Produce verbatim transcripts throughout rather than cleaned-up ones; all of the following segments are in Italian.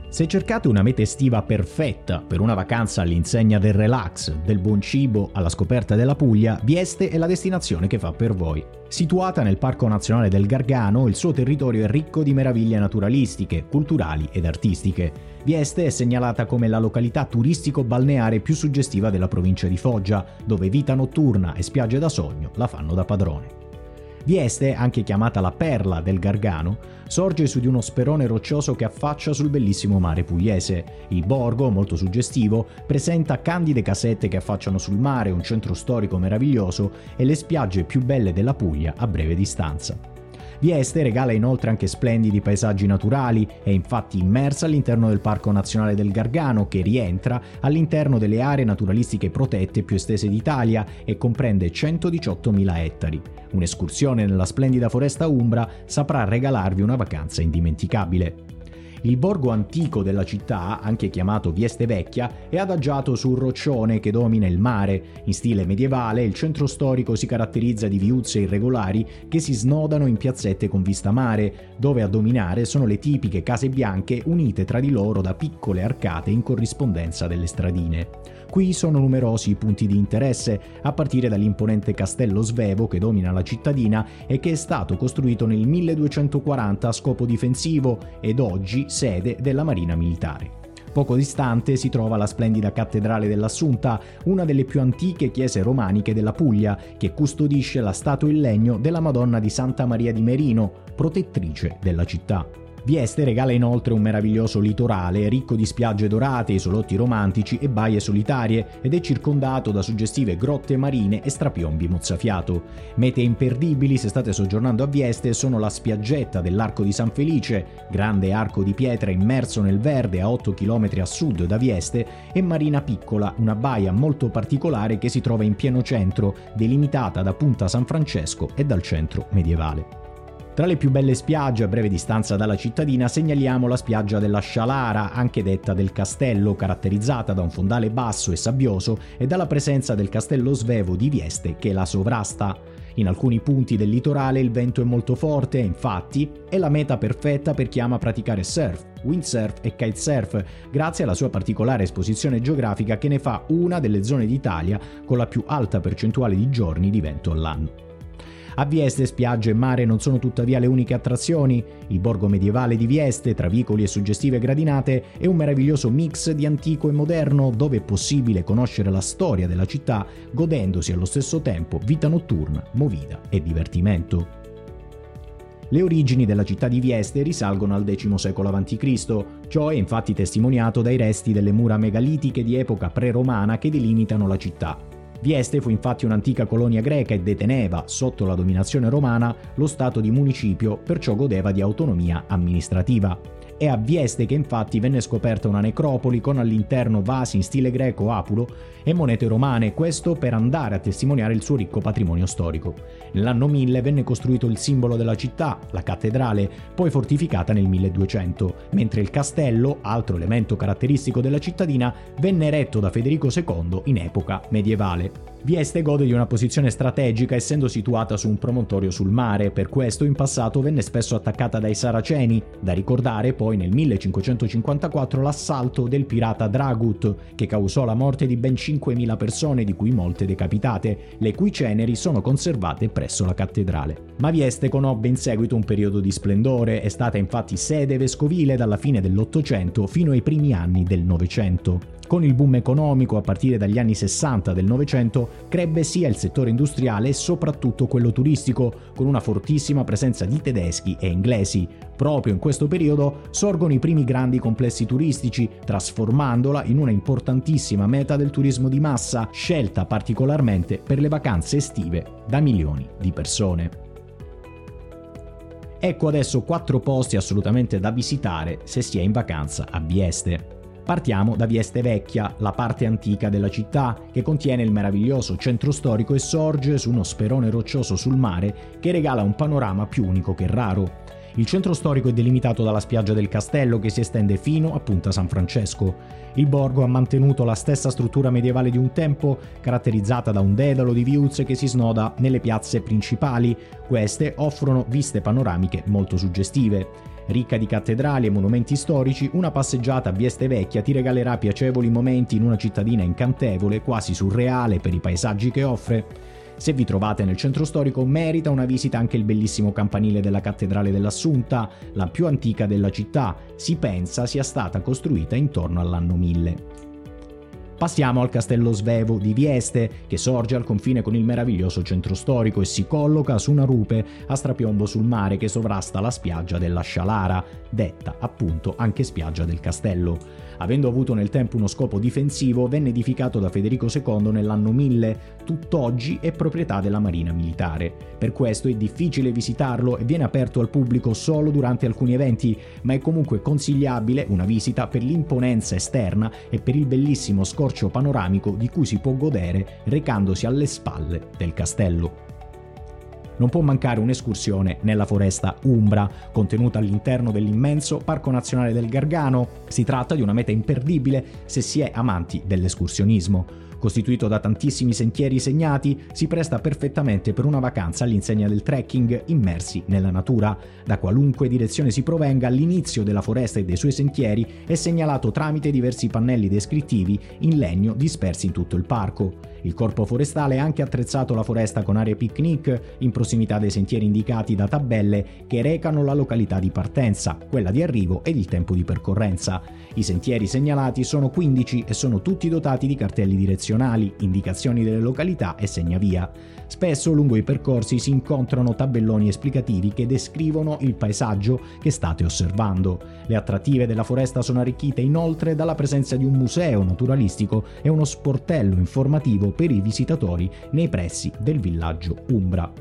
Se cercate una meta estiva perfetta per una vacanza all'insegna del relax, del buon cibo, alla scoperta della Puglia, Vieste è la destinazione che fa per voi. Situata nel Parco Nazionale del Gargano, il suo territorio è ricco di meraviglie naturalistiche, culturali ed artistiche. Vieste è segnalata come la località turistico-balneare più suggestiva della provincia di Foggia, dove vita notturna e spiagge da sogno la fanno da padrone. Vieste, anche chiamata la perla del Gargano, sorge su di uno sperone roccioso che affaccia sul bellissimo mare pugliese. Il borgo, molto suggestivo, presenta candide casette che affacciano sul mare, un centro storico meraviglioso e le spiagge più belle della Puglia a breve distanza. Vieste regala inoltre anche splendidi paesaggi naturali, è infatti immersa all'interno del Parco Nazionale del Gargano, che rientra all'interno delle aree naturalistiche protette più estese d'Italia e comprende centodiciottomila ettari. Un'escursione nella splendida foresta umbra saprà regalarvi una vacanza indimenticabile. Il borgo antico della città, anche chiamato Vieste Vecchia, è adagiato su un roccione che domina il mare. In stile medievale, il centro storico si caratterizza di viuzze irregolari che si snodano in piazzette con vista mare, dove a dominare sono le tipiche case bianche unite tra di loro da piccole arcate in corrispondenza delle stradine. Qui sono numerosi i punti di interesse, a partire dall'imponente castello Svevo che domina la cittadina e che è stato costruito nel milleduecentoquaranta a scopo difensivo ed oggi sede della Marina Militare. Poco distante si trova la splendida cattedrale dell'Assunta, una delle più antiche chiese romaniche della Puglia, che custodisce la statua in legno della Madonna di Santa Maria di Merino, protettrice della città. Vieste regala inoltre un meraviglioso litorale ricco di spiagge dorate, isolotti romantici e baie solitarie ed è circondato da suggestive grotte marine e strapiombi mozzafiato. Mete imperdibili se state soggiornando a Vieste sono la spiaggetta dell'Arco di San Felice, grande arco di pietra immerso nel verde a otto chilometri a sud da Vieste, e Marina Piccola, una baia molto particolare che si trova in pieno centro, delimitata da Punta San Francesco e dal centro medievale. Tra le più belle spiagge a breve distanza dalla cittadina segnaliamo la spiaggia della Scialara, anche detta del Castello, caratterizzata da un fondale basso e sabbioso e dalla presenza del castello Svevo di Vieste che la sovrasta. In alcuni punti del litorale il vento è molto forte e infatti è la meta perfetta per chi ama praticare surf, windsurf e kitesurf, grazie alla sua particolare esposizione geografica che ne fa una delle zone d'Italia con la più alta percentuale di giorni di vento all'anno. A Vieste spiagge e mare non sono tuttavia le uniche attrazioni. Il borgo medievale di Vieste, tra vicoli e suggestive gradinate, è un meraviglioso mix di antico e moderno, dove è possibile conoscere la storia della città, godendosi allo stesso tempo vita notturna, movida e divertimento. Le origini della città di Vieste risalgono al decimo secolo avanti Cristo, ciò è infatti testimoniato dai resti delle mura megalitiche di epoca pre-romana che delimitano la città. Vieste fu infatti un'antica colonia greca e deteneva, sotto la dominazione romana, lo stato di municipio, perciò godeva di autonomia amministrativa. È a Vieste che infatti venne scoperta una necropoli con all'interno vasi in stile greco apulo e monete romane, questo per andare a testimoniare il suo ricco patrimonio storico. Nell'anno mille venne costruito il simbolo della città, la cattedrale, poi fortificata nel milleduecento, mentre il castello, altro elemento caratteristico della cittadina, venne eretto da Federico secondo in epoca medievale. Vieste gode di una posizione strategica essendo situata su un promontorio sul mare, per questo in passato venne spesso attaccata dai Saraceni, da ricordare poi nel millecinquecentocinquantaquattro l'assalto del pirata Dragut che causò la morte di ben cinquemila persone, di cui molte decapitate, le cui ceneri sono conservate presso la cattedrale. Ma Vieste conobbe in seguito un periodo di splendore, è stata infatti sede vescovile dalla fine dell'Ottocento fino ai primi anni del Novecento. Con il boom economico a partire dagli anni sessanta del Novecento crebbe sia il settore industriale e soprattutto quello turistico, con una fortissima presenza di tedeschi e inglesi. Proprio in questo periodo sorgono i primi grandi complessi turistici, trasformandola in una importantissima meta del turismo di massa, scelta particolarmente per le vacanze estive da milioni di persone. Ecco adesso quattro posti assolutamente da visitare se si è in vacanza a Vieste. Partiamo da Vieste Vecchia, la parte antica della città, che contiene il meraviglioso centro storico e sorge su uno sperone roccioso sul mare che regala un panorama più unico che raro. Il centro storico è delimitato dalla spiaggia del castello che si estende fino a Punta San Francesco. Il borgo ha mantenuto la stessa struttura medievale di un tempo, caratterizzata da un dedalo di viuzze che si snoda nelle piazze principali. Queste offrono viste panoramiche molto suggestive. Ricca di cattedrali e monumenti storici, una passeggiata a Vieste Vecchia ti regalerà piacevoli momenti in una cittadina incantevole, quasi surreale per i paesaggi che offre. Se vi trovate nel centro storico, merita una visita anche il bellissimo campanile della Cattedrale dell'Assunta, la più antica della città. Si pensa sia stata costruita intorno all'anno mille. Passiamo al Castello Svevo di Vieste, che sorge al confine con il meraviglioso centro storico e si colloca su una rupe a strapiombo sul mare che sovrasta la spiaggia della Scialara, detta appunto anche spiaggia del castello. Avendo avuto nel tempo uno scopo difensivo, venne edificato da Federico secondo nell'anno mille, tutt'oggi è proprietà della Marina Militare. Per questo è difficile visitarlo e viene aperto al pubblico solo durante alcuni eventi, ma è comunque consigliabile una visita per l'imponenza esterna e per il bellissimo scorcio panoramico di cui si può godere recandosi alle spalle del castello. Non può mancare un'escursione nella foresta umbra, contenuta all'interno dell'immenso Parco Nazionale del Gargano. Si tratta di una meta imperdibile se si è amanti dell'escursionismo. Costituito da tantissimi sentieri segnati, si presta perfettamente per una vacanza all'insegna del trekking immersi nella natura. Da qualunque direzione si provenga, l'inizio della foresta e dei suoi sentieri è segnalato tramite diversi pannelli descrittivi in legno dispersi in tutto il parco. Il corpo forestale ha anche attrezzato la foresta con aree picnic in prossimità dei sentieri indicati da tabelle che recano la località di partenza, quella di arrivo ed il tempo di percorrenza. I sentieri segnalati sono quindici e sono tutti dotati di cartelli direzionali, indicazioni delle località e segnavia. Spesso lungo i percorsi si incontrano tabelloni esplicativi che descrivono il paesaggio che state osservando. Le attrattive della foresta sono arricchite inoltre dalla presenza di un museo naturalistico e uno sportello informativo per i visitatori nei pressi del villaggio Umbra.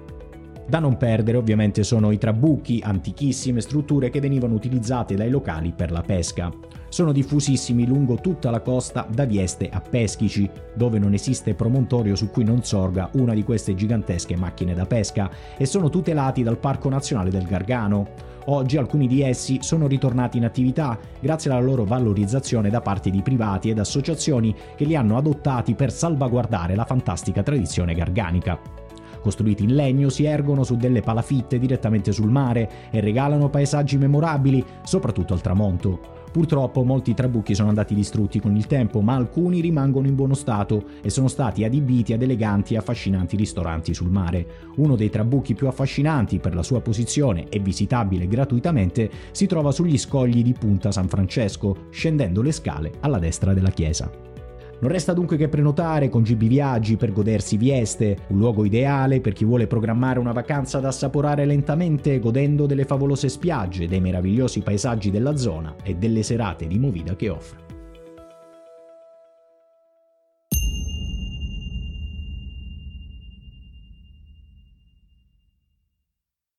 Da non perdere ovviamente sono i trabucchi, antichissime strutture che venivano utilizzate dai locali per la pesca. Sono diffusissimi lungo tutta la costa da Vieste a Peschici, dove non esiste promontorio su cui non sorga una di queste gigantesche macchine da pesca, e sono tutelati dal Parco Nazionale del Gargano. Oggi alcuni di essi sono ritornati in attività grazie alla loro valorizzazione da parte di privati ed associazioni che li hanno adottati per salvaguardare la fantastica tradizione garganica. Costruiti in legno, si ergono su delle palafitte direttamente sul mare e regalano paesaggi memorabili, soprattutto al tramonto. Purtroppo molti trabucchi sono andati distrutti con il tempo, ma alcuni rimangono in buono stato e sono stati adibiti ad eleganti e affascinanti ristoranti sul mare. Uno dei trabucchi più affascinanti per la sua posizione e visitabile gratuitamente si trova sugli scogli di Punta San Francesco, scendendo le scale alla destra della chiesa. Non resta dunque che prenotare con G B Viaggi per godersi Vieste, un luogo ideale per chi vuole programmare una vacanza da assaporare lentamente godendo delle favolose spiagge, dei meravigliosi paesaggi della zona e delle serate di movida che offre.